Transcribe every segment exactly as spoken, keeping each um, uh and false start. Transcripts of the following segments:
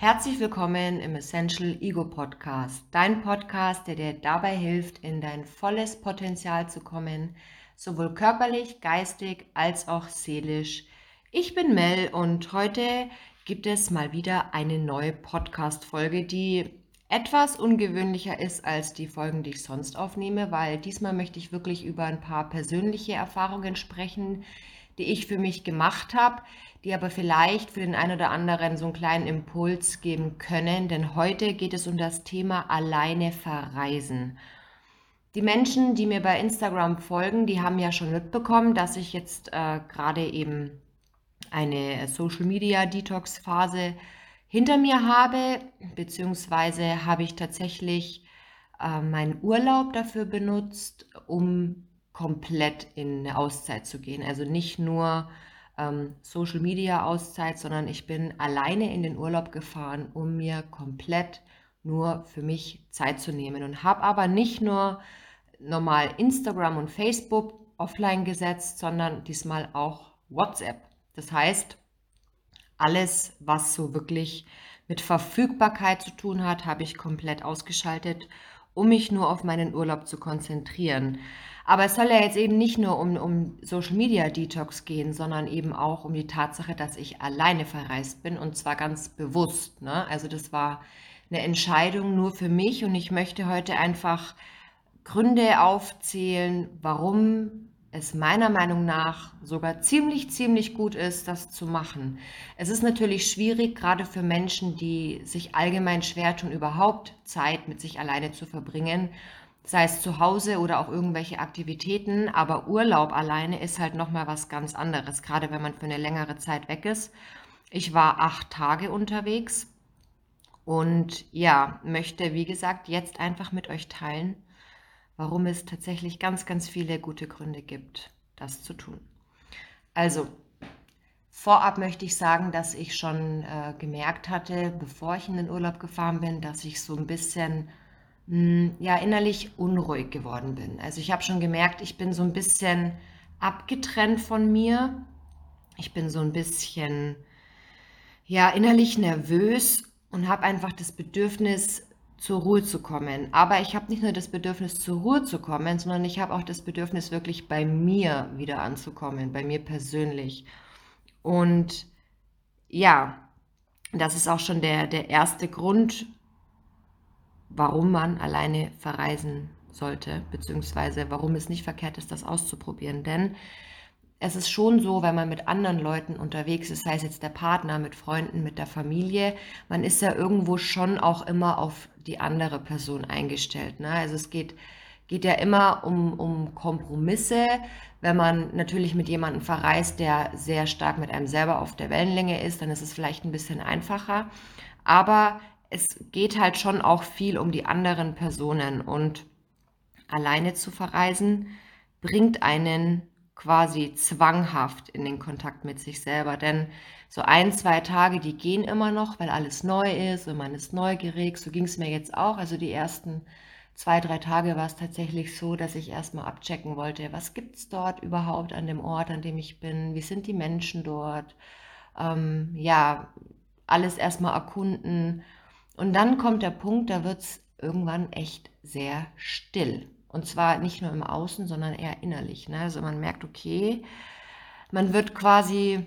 Herzlich willkommen im Essential Ego Podcast, dein Podcast, der dir dabei hilft, in dein volles Potenzial zu kommen, sowohl körperlich, geistig als auch seelisch. Ich bin Mel und heute gibt es mal wieder eine neue Podcast-Folge, die etwas ungewöhnlicher ist als die Folgen, die ich sonst aufnehme, weil diesmal möchte ich wirklich über ein paar persönliche Erfahrungen sprechen, die ich für mich gemacht habe, die aber vielleicht für den einen oder anderen so einen kleinen Impuls geben können, denn heute geht es um das Thema alleine verreisen. Die Menschen, die mir bei Instagram folgen, die haben ja schon mitbekommen, dass ich jetzt äh, gerade eben eine Social Media Detox Phase hinter mir habe, beziehungsweise habe ich tatsächlich äh, meinen Urlaub dafür benutzt, um komplett in eine Auszeit zu gehen. Also nicht nur ähm, Social Media Auszeit, sondern ich bin alleine in den Urlaub gefahren, um mir komplett nur für mich Zeit zu nehmen und habe aber nicht nur normal Instagram und Facebook offline gesetzt, sondern diesmal auch WhatsApp. Das heißt, alles, was so wirklich mit Verfügbarkeit zu tun hat, habe ich komplett ausgeschaltet, um mich nur auf meinen Urlaub zu konzentrieren. Aber es soll ja jetzt eben nicht nur um, um Social Media Detox gehen, sondern eben auch um die Tatsache, dass ich alleine verreist bin und zwar ganz bewusst. Ne? Also das war eine Entscheidung nur für mich und ich möchte heute einfach Gründe aufzählen, warum es meiner Meinung nach sogar ziemlich, ziemlich gut ist, das zu machen. Es ist natürlich schwierig, gerade für Menschen, die sich allgemein schwer tun, überhaupt Zeit mit sich alleine zu verbringen, sei es zu Hause oder auch irgendwelche Aktivitäten, aber Urlaub alleine ist halt nochmal was ganz anderes, gerade wenn man für eine längere Zeit weg ist. Ich war acht Tage unterwegs und ja, möchte, wie gesagt, jetzt einfach mit euch teilen, warum es tatsächlich ganz, ganz viele gute Gründe gibt, das zu tun. Also, vorab möchte ich sagen, dass ich schon äh, gemerkt hatte, bevor ich in den Urlaub gefahren bin, dass ich so ein bisschen mh, ja, innerlich unruhig geworden bin. Also ich habe schon gemerkt, ich bin so ein bisschen abgetrennt von mir. Ich bin so ein bisschen ja, innerlich nervös und habe einfach das Bedürfnis, zur Ruhe zu kommen. Aber ich habe nicht nur das Bedürfnis, zur Ruhe zu kommen, sondern ich habe auch das Bedürfnis, wirklich bei mir wieder anzukommen, bei mir persönlich. Und ja, das ist auch schon der, der erste Grund, warum man alleine verreisen sollte, beziehungsweise warum es nicht verkehrt ist, das auszuprobieren. Denn es ist schon so, wenn man mit anderen Leuten unterwegs ist, sei es jetzt der Partner, mit Freunden, mit der Familie, man ist ja irgendwo schon auch immer auf die andere Person eingestellt. Ne? Also es geht, geht ja immer um, um Kompromisse, wenn man natürlich mit jemandem verreist, der sehr stark mit einem selber auf der Wellenlänge ist, dann ist es vielleicht ein bisschen einfacher. Aber es geht halt schon auch viel um die anderen Personen und alleine zu verreisen bringt einen quasi zwanghaft in den Kontakt mit sich selber. Denn so ein, zwei Tage, die gehen immer noch, weil alles neu ist und man ist neugierig. So ging es mir jetzt auch. Also die ersten zwei, drei Tage war es tatsächlich so, dass ich erstmal abchecken wollte, was gibt es dort überhaupt an dem Ort, an dem ich bin? Wie sind die Menschen dort? Ähm, ja, alles erstmal erkunden. Und dann kommt der Punkt, da wird es irgendwann echt sehr still. Und zwar nicht nur im Außen, sondern eher innerlich. Ne? Also man merkt, okay, man wird quasi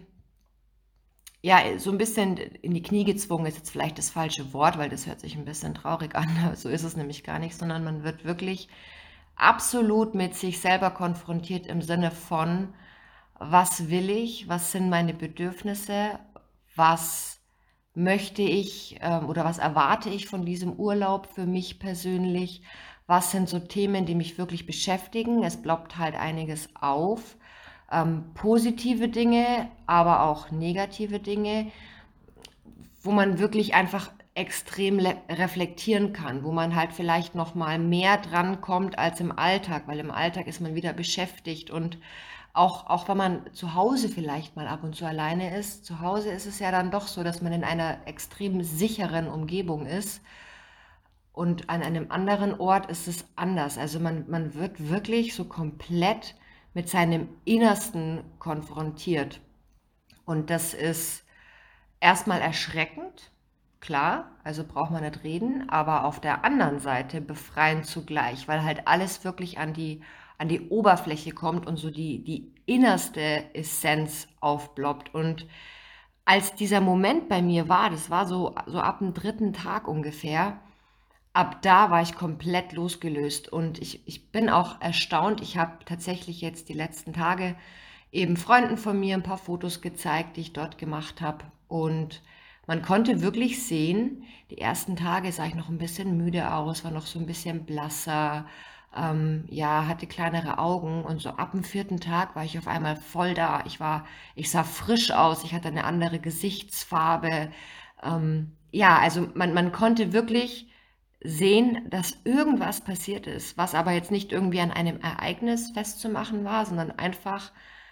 ja so ein bisschen in die Knie gezwungen, ist jetzt vielleicht das falsche Wort, weil das hört sich ein bisschen traurig an, aber so ist es nämlich gar nicht, sondern man wird wirklich absolut mit sich selber konfrontiert im Sinne von, was will ich, was sind meine Bedürfnisse, was möchte ich ähm, oder was erwarte ich von diesem Urlaub für mich persönlich, was sind so Themen, die mich wirklich beschäftigen. Es ploppt halt einiges auf, ähm, positive Dinge, aber auch negative Dinge, wo man wirklich einfach extrem reflektieren kann, wo man halt vielleicht noch mal mehr dran kommt als im Alltag, weil im Alltag ist man wieder beschäftigt und auch, auch wenn man zu Hause vielleicht mal ab und zu alleine ist, zu Hause ist es ja dann doch so, dass man in einer extrem sicheren Umgebung ist und an einem anderen Ort ist es anders. Also man, man wird wirklich so komplett mit seinem Innersten konfrontiert und das ist erstmal erschreckend, klar, also braucht man nicht reden, aber auf der anderen Seite befreiend zugleich, weil halt alles wirklich an die, an die Oberfläche kommt und so die, die innerste Essenz aufploppt. Und als dieser Moment bei mir war, das war so, so ab dem dritten Tag ungefähr, ab da war ich komplett losgelöst und ich, ich bin auch erstaunt. Ich habe tatsächlich jetzt die letzten Tage eben Freunden von mir ein paar Fotos gezeigt, die ich dort gemacht habe. Und man konnte wirklich sehen, die ersten Tage sah ich noch ein bisschen müde aus, war noch so ein bisschen blasser, ähm, ja, hatte kleinere Augen und so ab dem vierten Tag war ich auf einmal voll da. Ich war, ich sah frisch aus, ich hatte eine andere Gesichtsfarbe. Ähm, ja, also man, man konnte wirklich sehen, dass irgendwas passiert ist, was aber jetzt nicht irgendwie an einem Ereignis festzumachen war, sondern einfach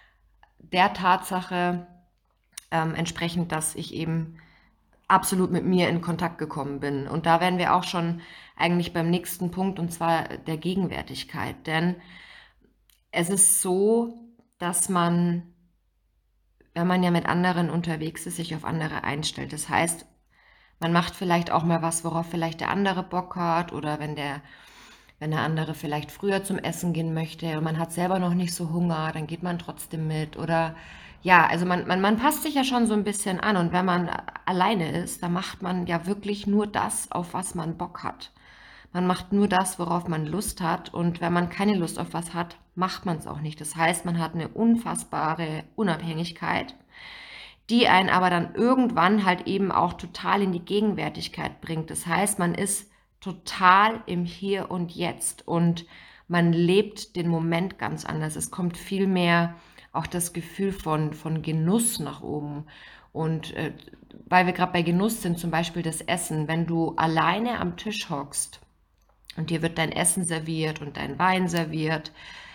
der Tatsache ähm, entsprechend, dass ich eben absolut mit mir in Kontakt gekommen bin. Und da wären wir auch schon eigentlich beim nächsten Punkt, und zwar der Gegenwärtigkeit. Denn es ist so, dass man, wenn man ja mit anderen unterwegs ist, sich auf andere einstellt. Das heißt, man macht vielleicht auch mal was, worauf vielleicht der andere Bock hat, oder wenn der wenn der andere vielleicht früher zum Essen gehen möchte und man hat selber noch nicht so Hunger, dann geht man trotzdem mit. Oder ja, also man, man, man passt sich ja schon so ein bisschen an. Und wenn man alleine ist, dann macht man ja wirklich nur das, auf was man Bock hat. Man macht nur das, worauf man Lust hat. Und wenn man keine Lust auf was hat, macht man es auch nicht. Das heißt, man hat eine unfassbare Unabhängigkeit, die einen aber dann irgendwann halt eben auch total in die Gegenwärtigkeit bringt. Das heißt, man ist total im Hier und Jetzt und man lebt den Moment ganz anders. Es kommt viel mehr auch das Gefühl von, von Genuss nach oben. Und äh, weil wir gerade bei Genuss sind, zum Beispiel das Essen, wenn du alleine am Tisch hockst und dir wird dein Essen serviert und dein Wein serviert,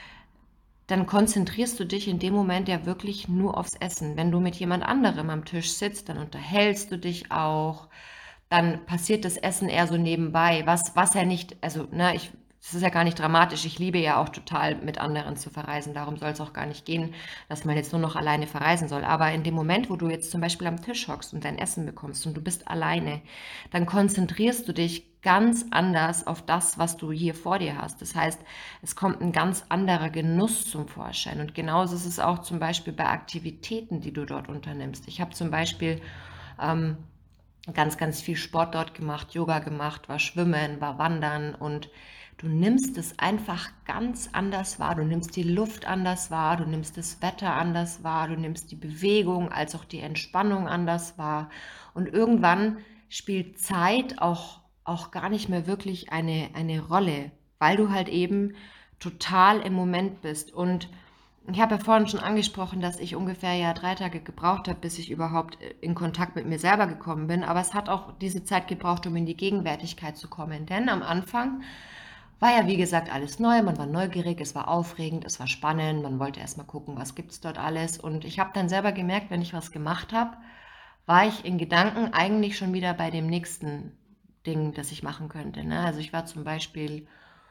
dann konzentrierst du dich in dem Moment ja wirklich nur aufs Essen. Wenn du mit jemand anderem am Tisch sitzt, dann unterhältst du dich auch, dann passiert das Essen eher so nebenbei, was, was ja nicht, also, ne, ich, das ist ja gar nicht dramatisch. Ich liebe ja auch total, mit anderen zu verreisen. Darum soll es auch gar nicht gehen, dass man jetzt nur noch alleine verreisen soll. Aber in dem Moment, wo du jetzt zum Beispiel am Tisch hockst und dein Essen bekommst und du bist alleine, dann konzentrierst du dich ganz anders auf das, was du hier vor dir hast. Das heißt, es kommt ein ganz anderer Genuss zum Vorschein. Und genauso ist es auch zum Beispiel bei Aktivitäten, die du dort unternimmst. Ich habe zum Beispiel ähm, ganz, ganz viel Sport dort gemacht, Yoga gemacht, war schwimmen, war wandern und du nimmst es einfach ganz anders wahr. Du nimmst die Luft anders wahr, du nimmst das Wetter anders wahr, du nimmst die Bewegung als auch die Entspannung anders wahr. Und irgendwann spielt Zeit auch, auch gar nicht mehr wirklich eine, eine Rolle, weil du halt eben total im Moment bist. Und ich habe ja vorhin schon angesprochen, dass ich ungefähr ja drei Tage gebraucht habe, bis ich überhaupt in Kontakt mit mir selber gekommen bin. Aber es hat auch diese Zeit gebraucht, um in die Gegenwärtigkeit zu kommen. Denn am Anfang war ja, wie gesagt, alles neu. Man war neugierig, es war aufregend, es war spannend. Man wollte erst mal gucken, was gibt es dort alles. Und ich habe dann selber gemerkt, wenn ich was gemacht habe, war ich in Gedanken eigentlich schon wieder bei dem nächsten Ding, das ich machen könnte. Ne? Also ich war zum Beispiel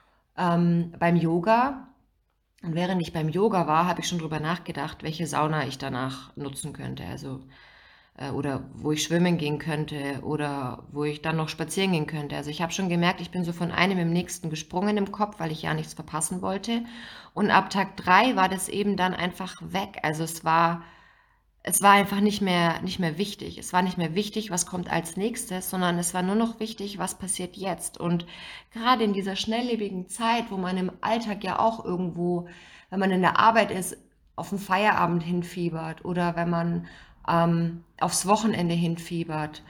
ähm, beim Yoga. Und während ich beim Yoga war, habe ich schon drüber nachgedacht, welche Sauna ich danach nutzen könnte. Also, äh, oder wo ich schwimmen gehen könnte oder wo ich dann noch spazieren gehen könnte. Also ich habe schon gemerkt, ich bin so von einem im nächsten gesprungen im Kopf, weil ich ja nichts verpassen wollte. Und ab Tag drei war das eben dann einfach weg. Also es war, es war einfach nicht mehr, nicht mehr wichtig. Es war nicht mehr wichtig, was kommt als nächstes, sondern es war nur noch wichtig, was passiert jetzt. Und gerade in dieser schnelllebigen Zeit, wo man im Alltag ja auch irgendwo, wenn man in der Arbeit ist, auf den Feierabend hinfiebert oder wenn man ähm, aufs Wochenende hinfiebert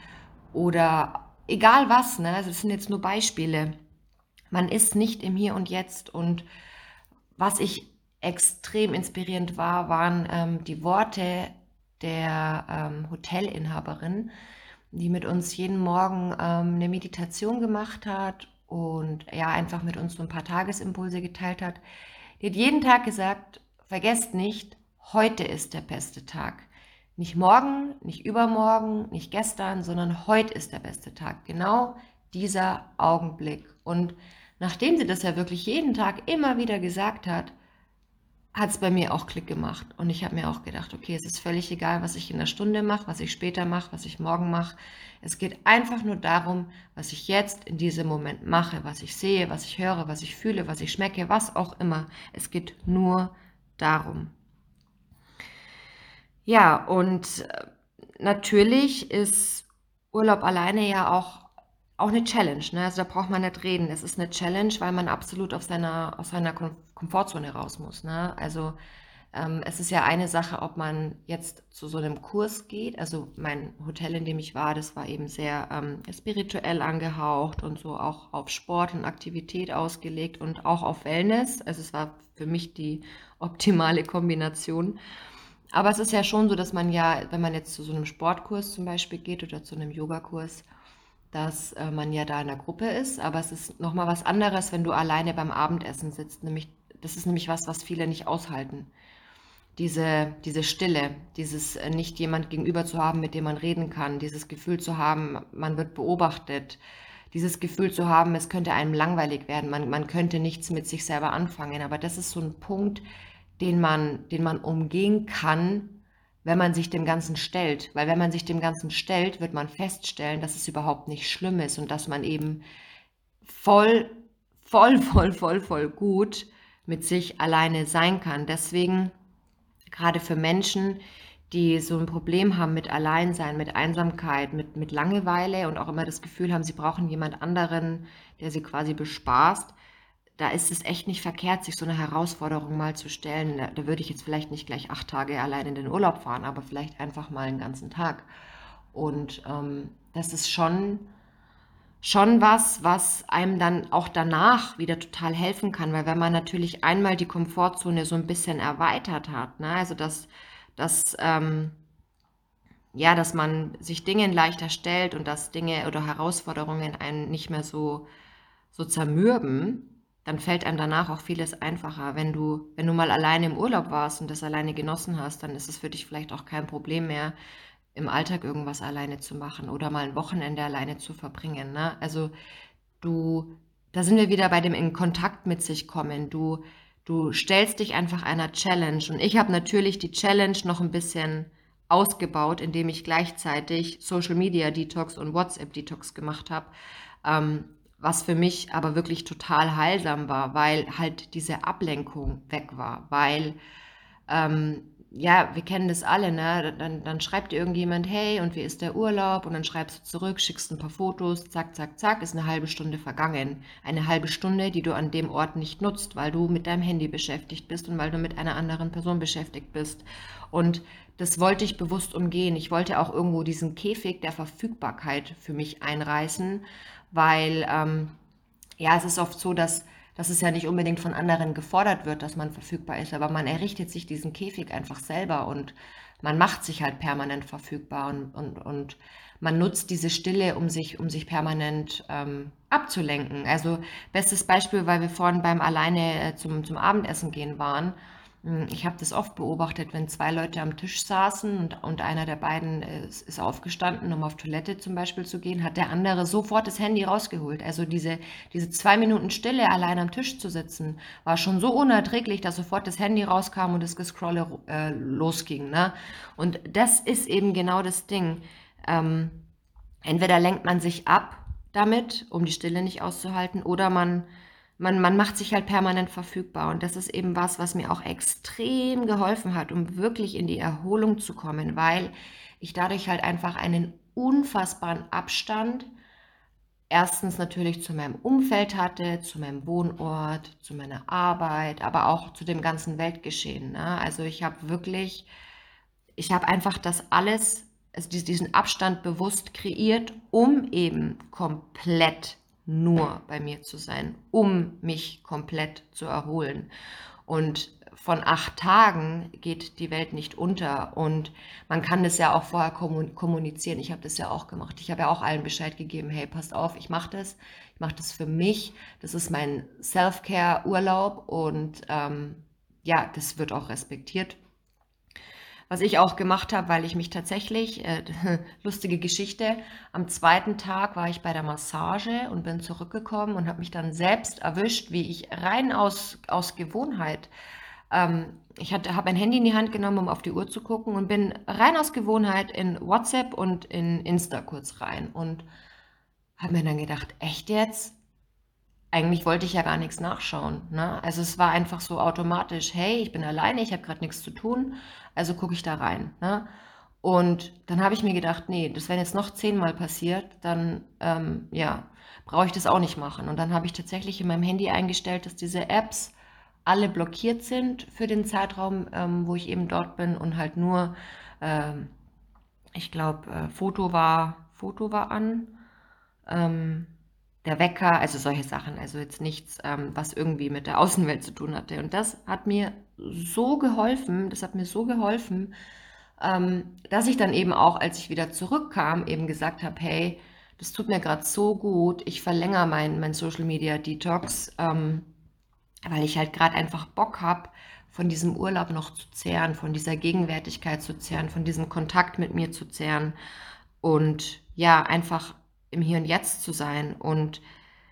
oder egal was, ne? Also das sind jetzt nur Beispiele. Man ist nicht im Hier und Jetzt. Und was ich extrem inspirierend war, waren ähm, die Worte der ähm, Hotelinhaberin, die mit uns jeden Morgen ähm, eine Meditation gemacht hat und ja, einfach mit uns so ein paar Tagesimpulse geteilt hat. Die hat jeden Tag gesagt, vergesst nicht, heute ist der beste Tag. Nicht morgen, nicht übermorgen, nicht gestern, sondern heute ist der beste Tag. Genau dieser Augenblick. Und nachdem sie das ja wirklich jeden Tag immer wieder gesagt hat, hat es bei mir auch Klick gemacht. Und ich habe mir auch gedacht, okay, es ist völlig egal, was ich in der Stunde mache, was ich später mache, was ich morgen mache. Es geht einfach nur darum, was ich jetzt in diesem Moment mache, was ich sehe, was ich höre, was ich fühle, was ich schmecke, was auch immer. Es geht nur darum. Ja, und äh, natürlich ist Urlaub alleine ja auch, auch eine Challenge. Ne? Also da braucht man nicht reden. Es ist eine Challenge, weil man absolut auf seiner, aus seiner Kom Komfortzone raus muss. Ne? Also ähm, es ist ja eine Sache, ob man jetzt zu so einem Kurs geht. Also mein Hotel, in dem ich war, das war eben sehr ähm, spirituell angehaucht und so auch auf Sport und Aktivität ausgelegt und auch auf Wellness. Also es war für mich die optimale Kombination. Aber es ist ja schon so, dass man ja, wenn man jetzt zu so einem Sportkurs zum Beispiel geht oder zu einem Yogakurs, dass äh, man ja da in der Gruppe ist. Aber es ist nochmal was anderes, wenn du alleine beim Abendessen sitzt. Nämlich, das ist nämlich was, was viele nicht aushalten. Diese, diese Stille, dieses äh, nicht jemand gegenüber zu haben, mit dem man reden kann, dieses Gefühl zu haben, man wird beobachtet, dieses Gefühl zu haben, es könnte einem langweilig werden, man, man könnte nichts mit sich selber anfangen. Aber das ist so ein Punkt, den man, den man umgehen kann, wenn man sich dem Ganzen stellt. Weil wenn man sich dem Ganzen stellt, wird man feststellen, dass es überhaupt nicht schlimm ist und dass man eben voll, voll, voll, voll, voll gut mit sich alleine sein kann. Deswegen gerade für Menschen, die so ein Problem haben mit Alleinsein, mit Einsamkeit, mit, mit Langeweile und auch immer das Gefühl haben, sie brauchen jemand anderen, der sie quasi bespaßt, da ist es echt nicht verkehrt, sich so eine Herausforderung mal zu stellen. Da, da würde ich jetzt vielleicht nicht gleich acht Tage allein in den Urlaub fahren, aber vielleicht einfach mal einen ganzen Tag. Und ähm, das ist schon, schon was, was einem dann auch danach wieder total helfen kann, weil wenn man natürlich einmal die Komfortzone so ein bisschen erweitert hat, ne, also dass, dass, ähm, ja, dass man sich Dingen leichter stellt und dass Dinge oder Herausforderungen einen nicht mehr so so zermürben, dann fällt einem danach auch vieles einfacher. Wenn du, wenn du mal alleine im Urlaub warst und das alleine genossen hast, dann ist es für dich vielleicht auch kein Problem mehr, im Alltag irgendwas alleine zu machen oder mal ein Wochenende alleine zu verbringen. Ne? Also du, da sind wir wieder bei dem in Kontakt mit sich kommen. Du, du stellst dich einfach einer Challenge. Und ich habe natürlich die Challenge noch ein bisschen ausgebaut, indem ich gleichzeitig Social Media Detox und WhatsApp Detox gemacht habe. Ähm, was für mich aber wirklich total heilsam war, weil halt diese Ablenkung weg war, weil ähm, ja, wir kennen das alle, ne? Dann, dann schreibt dir irgendjemand, hey, und wie ist der Urlaub? Und dann schreibst du zurück, schickst ein paar Fotos, zack, zack, zack, ist eine halbe Stunde vergangen. Eine halbe Stunde, die du an dem Ort nicht nutzt, weil du mit deinem Handy beschäftigt bist und weil du mit einer anderen Person beschäftigt bist. Und das wollte ich bewusst umgehen. Ich wollte auch irgendwo diesen Käfig der Verfügbarkeit für mich einreißen, weil ähm, ja, es ist oft so, dass, dass es ja nicht unbedingt von anderen gefordert wird, dass man verfügbar ist, aber man errichtet sich diesen Käfig einfach selber und man macht sich halt permanent verfügbar und, und, und man nutzt diese Stille, um sich, um sich permanent ähm, abzulenken. Also bestes Beispiel, weil wir vorhin beim alleine äh, zum, zum Abendessen gehen waren. Hm, Ich habe das oft beobachtet, wenn zwei Leute am Tisch saßen und, und einer der beiden ist, ist aufgestanden, um auf Toilette zum Beispiel zu gehen, hat der andere sofort das Handy rausgeholt. Also diese, diese zwei Minuten Stille allein am Tisch zu sitzen, war schon so unerträglich, dass sofort das Handy rauskam und das Gescrolle äh, losging. Ne? Und das ist eben genau das Ding. Ähm, Entweder lenkt man sich ab damit, um die Stille nicht auszuhalten, oder man man, man macht sich halt permanent verfügbar. Und das ist eben was, was mir auch extrem geholfen hat, um wirklich in die Erholung zu kommen, weil ich dadurch halt einfach einen unfassbaren Abstand erstens natürlich zu meinem Umfeld hatte, zu meinem Wohnort, zu meiner Arbeit, aber auch zu dem ganzen Weltgeschehen. Ne? Also ich habe wirklich, ich habe einfach das alles, also diesen Abstand bewusst kreiert, um eben komplett nur bei mir zu sein, um mich komplett zu erholen. Und von acht Tagen geht die Welt nicht unter. Und man kann das ja auch vorher kommunizieren. Ich habe das ja auch gemacht. Ich habe ja auch allen Bescheid gegeben, hey, passt auf, ich mache das. Ich mache das für mich. Das ist mein Self-Care-Urlaub und ähm, ja, das wird auch respektiert. Was ich auch gemacht habe, weil ich mich tatsächlich, äh, lustige Geschichte, am zweiten Tag war ich bei der Massage und bin zurückgekommen und habe mich dann selbst erwischt, wie ich rein aus, aus Gewohnheit Ähm, ich hatte habe mein Handy in die Hand genommen, um auf die Uhr zu gucken und bin rein aus Gewohnheit in WhatsApp und in Insta kurz rein und habe mir dann gedacht: „Echt jetzt? Eigentlich wollte ich ja gar nix nachschauen“, ne? Also, es war einfach so automatisch: „Hey, ich bin alleine, ich habe grad nix zu tun, also gucke ich da rein“, ne? Und dann habe ich mir gedacht: „Ne, das wenn jetzt noch zehnmal passiert, dann, ähm, ja, brauche ich das auch nicht machen.“ Und dann habe ich tatsächlich in meinem Handy eingestellt, dass diese Apps alle blockiert sind für den Zeitraum, ähm, wo ich eben dort bin und halt nur, ähm, ich glaube, äh, Foto war Foto war an, ähm, der Wecker, also solche Sachen, also jetzt nichts, ähm, was irgendwie mit der Außenwelt zu tun hatte. Und das hat mir so geholfen das hat mir so geholfen, ähm, dass ich dann eben auch, als ich wieder zurückkam, eben gesagt habe: „Hey, das tut mir grad so gut, ich verlängere meinen meinen Social Media Detox, ähm, weil ich halt grad einfach Bock habe, von diesem Urlaub noch zu zehren, von dieser Gegenwärtigkeit zu zehren, von diesem Kontakt mit mir zu zehren und ja, einfach im Hier und Jetzt zu sein.“ Und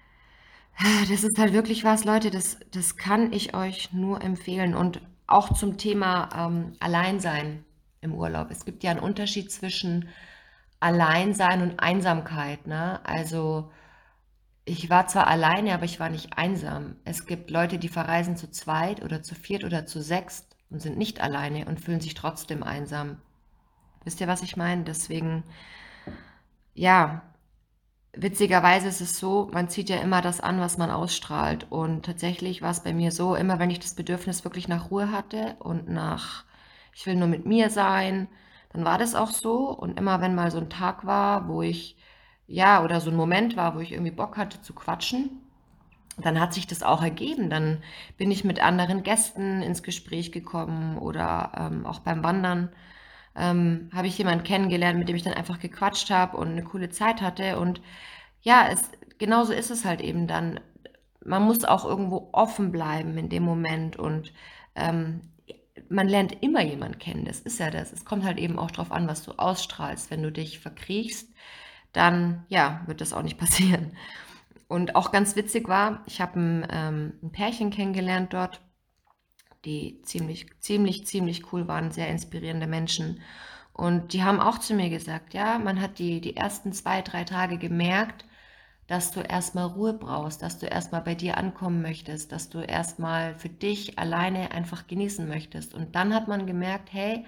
das ist halt wirklich was, Leute, das das kann ich euch nur empfehlen. Und auch zum Thema, ähm, Alleinsein im Urlaub. Es gibt ja 'n Unterschied zwischen Alleinsein und Einsamkeit, ne? Also, ich war zwar alleine, aber ich war nicht einsam. Es gibt Leute, die verreisen zu zweit oder zu viert oder zu sechst und sind nicht alleine und fühlen sich trotzdem einsam. Wisst ihr, was ich meine? Deswegen ja, witzigerweise ist es so, man zieht ja immer das an, was man ausstrahlt. Und tatsächlich war's bei mir so, immer wenn ich das Bedürfnis wirklich nach Ruhe hatte und nach ich will nur mit mir sein, dann war das auch so. Und immer wenn mal so 'n Tag war, wo ich ja, oder so 'n Moment war, wo ich irgendwie Bock hatte zu quatschen, dann hat sich das auch ergeben. Dann bin ich mit anderen Gästen ins Gespräch gekommen oder, ähm, auch beim Wandern, ähm, habe ich jemanden kennengelernt, mit dem ich dann einfach gequatscht habe und 'ne coole Zeit hatte. Und ja, es genauso ist es halt eben dann. Man muss auch irgendwo offen bleiben in dem Moment und, ähm, man lernt immer jemand kennen. Das ist ja das. Es kommt halt eben auch drauf an, was du ausstrahlst. Wenn du dich verkriechst, dann, ja, wird das auch nicht passieren. Und auch ganz witzig war, ich habe 'n, ähm 'n Pärchen kennengelernt dort, die ziemlich, ziemlich, ziemlich cool waren, sehr inspirierende Menschen. Und die haben auch zu mir gesagt: „Ja, man hat die die ersten zwei, drei Tage gemerkt, dass du erst mal Ruhe brauchst, dass du erst mal bei dir ankommen möchtest, dass du erst mal für dich alleine einfach genießen möchtest.“ Und dann hat man gemerkt: „Hey,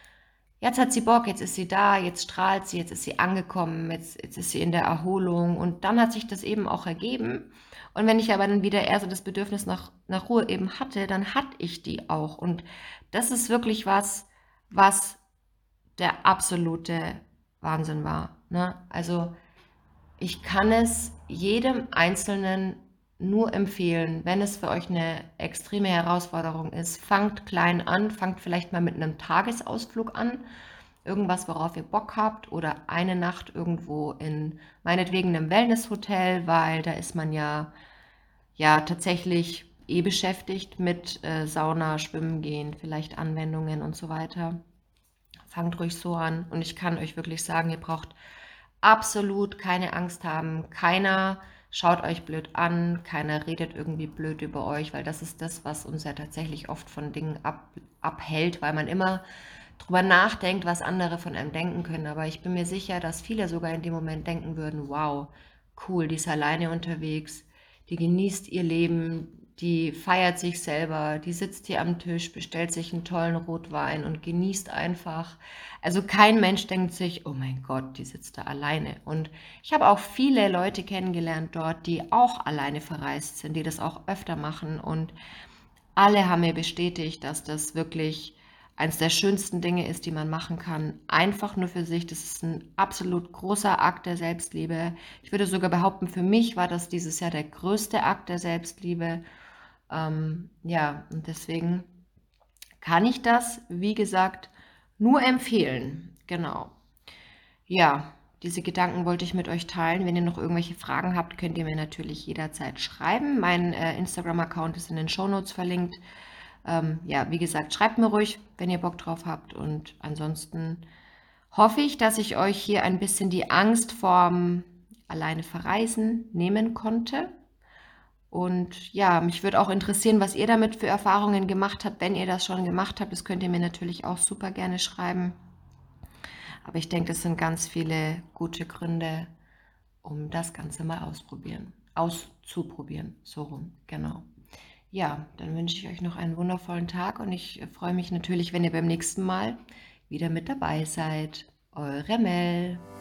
jetzt hat sie Bock, jetzt ist sie da, jetzt strahlt sie, jetzt ist sie angekommen, jetzt jetzt ist sie in der Erholung.“ Und dann hat sich das eben auch ergeben. Und wenn ich aber dann wieder eher so das Bedürfnis nach nach Ruhe eben hatte, dann hatte ich die auch. Und das ist wirklich was, was der absolute Wahnsinn war, ne? Also, ich kann es jedem Einzelnen nur empfehlen, wenn es für euch 'ne extreme Herausforderung ist, fangt klein an, fangt vielleicht mal mit 'nem Tagesausflug an, irgendwas, worauf ihr Bock habt oder eine Nacht irgendwo in meinetwegen 'nem Wellnesshotel, weil da ist man ja ja, tatsächlich eh beschäftigt mit, äh, Sauna, Schwimmen gehen, vielleicht Anwendungen und so weiter. Fangt ruhig so an und ich kann euch wirklich sagen, ihr braucht absolut keine Angst haben. Keiner schaut euch blöd an, keiner redet irgendwie blöd über euch, weil das ist das, was uns ja tatsächlich oft von Dingen ab abhält, weil man immer drüber nachdenkt, was andere von einem denken können. Aber ich bin mir sicher, dass viele sogar in dem Moment denken würden: „Wow, cool, die ist alleine unterwegs, die genießt ihr Leben, die feiert sich selber, die sitzt hier am Tisch, bestellt sich 'n tollen Rotwein und genießt einfach.“ Also, kein Mensch denkt sich: „Oh mein Gott, die sitzt da alleine.“ Und ich habe auch viele Leute kennengelernt dort, die auch alleine verreist sind, die das auch öfter machen. Und alle haben mir bestätigt, dass das wirklich eins der schönsten Dinge ist, die man machen kann. Einfach nur für sich. Das ist 'n absolut großer Akt der Selbstliebe. Ich würde sogar behaupten, für mich war das dieses Jahr der größte Akt der Selbstliebe. Ähm, ja, und deswegen kann ich das, wie gesagt, nur empfehlen. Genau. Ja, diese Gedanken wollte ich mit euch teilen. Wenn ihr noch irgendwelche Fragen habt, könnt ihr mir natürlich jederzeit schreiben. Mein, äh, Instagram-Account ist in den Shownotes verlinkt. Ähm, ja, wie gesagt, schreibt mir ruhig, wenn ihr Bock drauf habt. Und ansonsten hoffe ich, dass ich euch hier ein bisschen die Angst vorm alleine Verreisen nehmen konnte. Und ja, mich würde auch interessieren, was ihr damit für Erfahrungen gemacht habt. Wenn ihr das schon gemacht habt, das könnt ihr mir natürlich auch super gerne schreiben. Aber ich denke, das sind ganz viele gute Gründe, um das Ganze mal ausprobieren, auszuprobieren, so rum, genau. Ja, dann wünsche ich euch noch einen wundervollen Tag und ich freue mich natürlich, wenn ihr beim nächsten Mal wieder mit dabei seid. Eure Mel.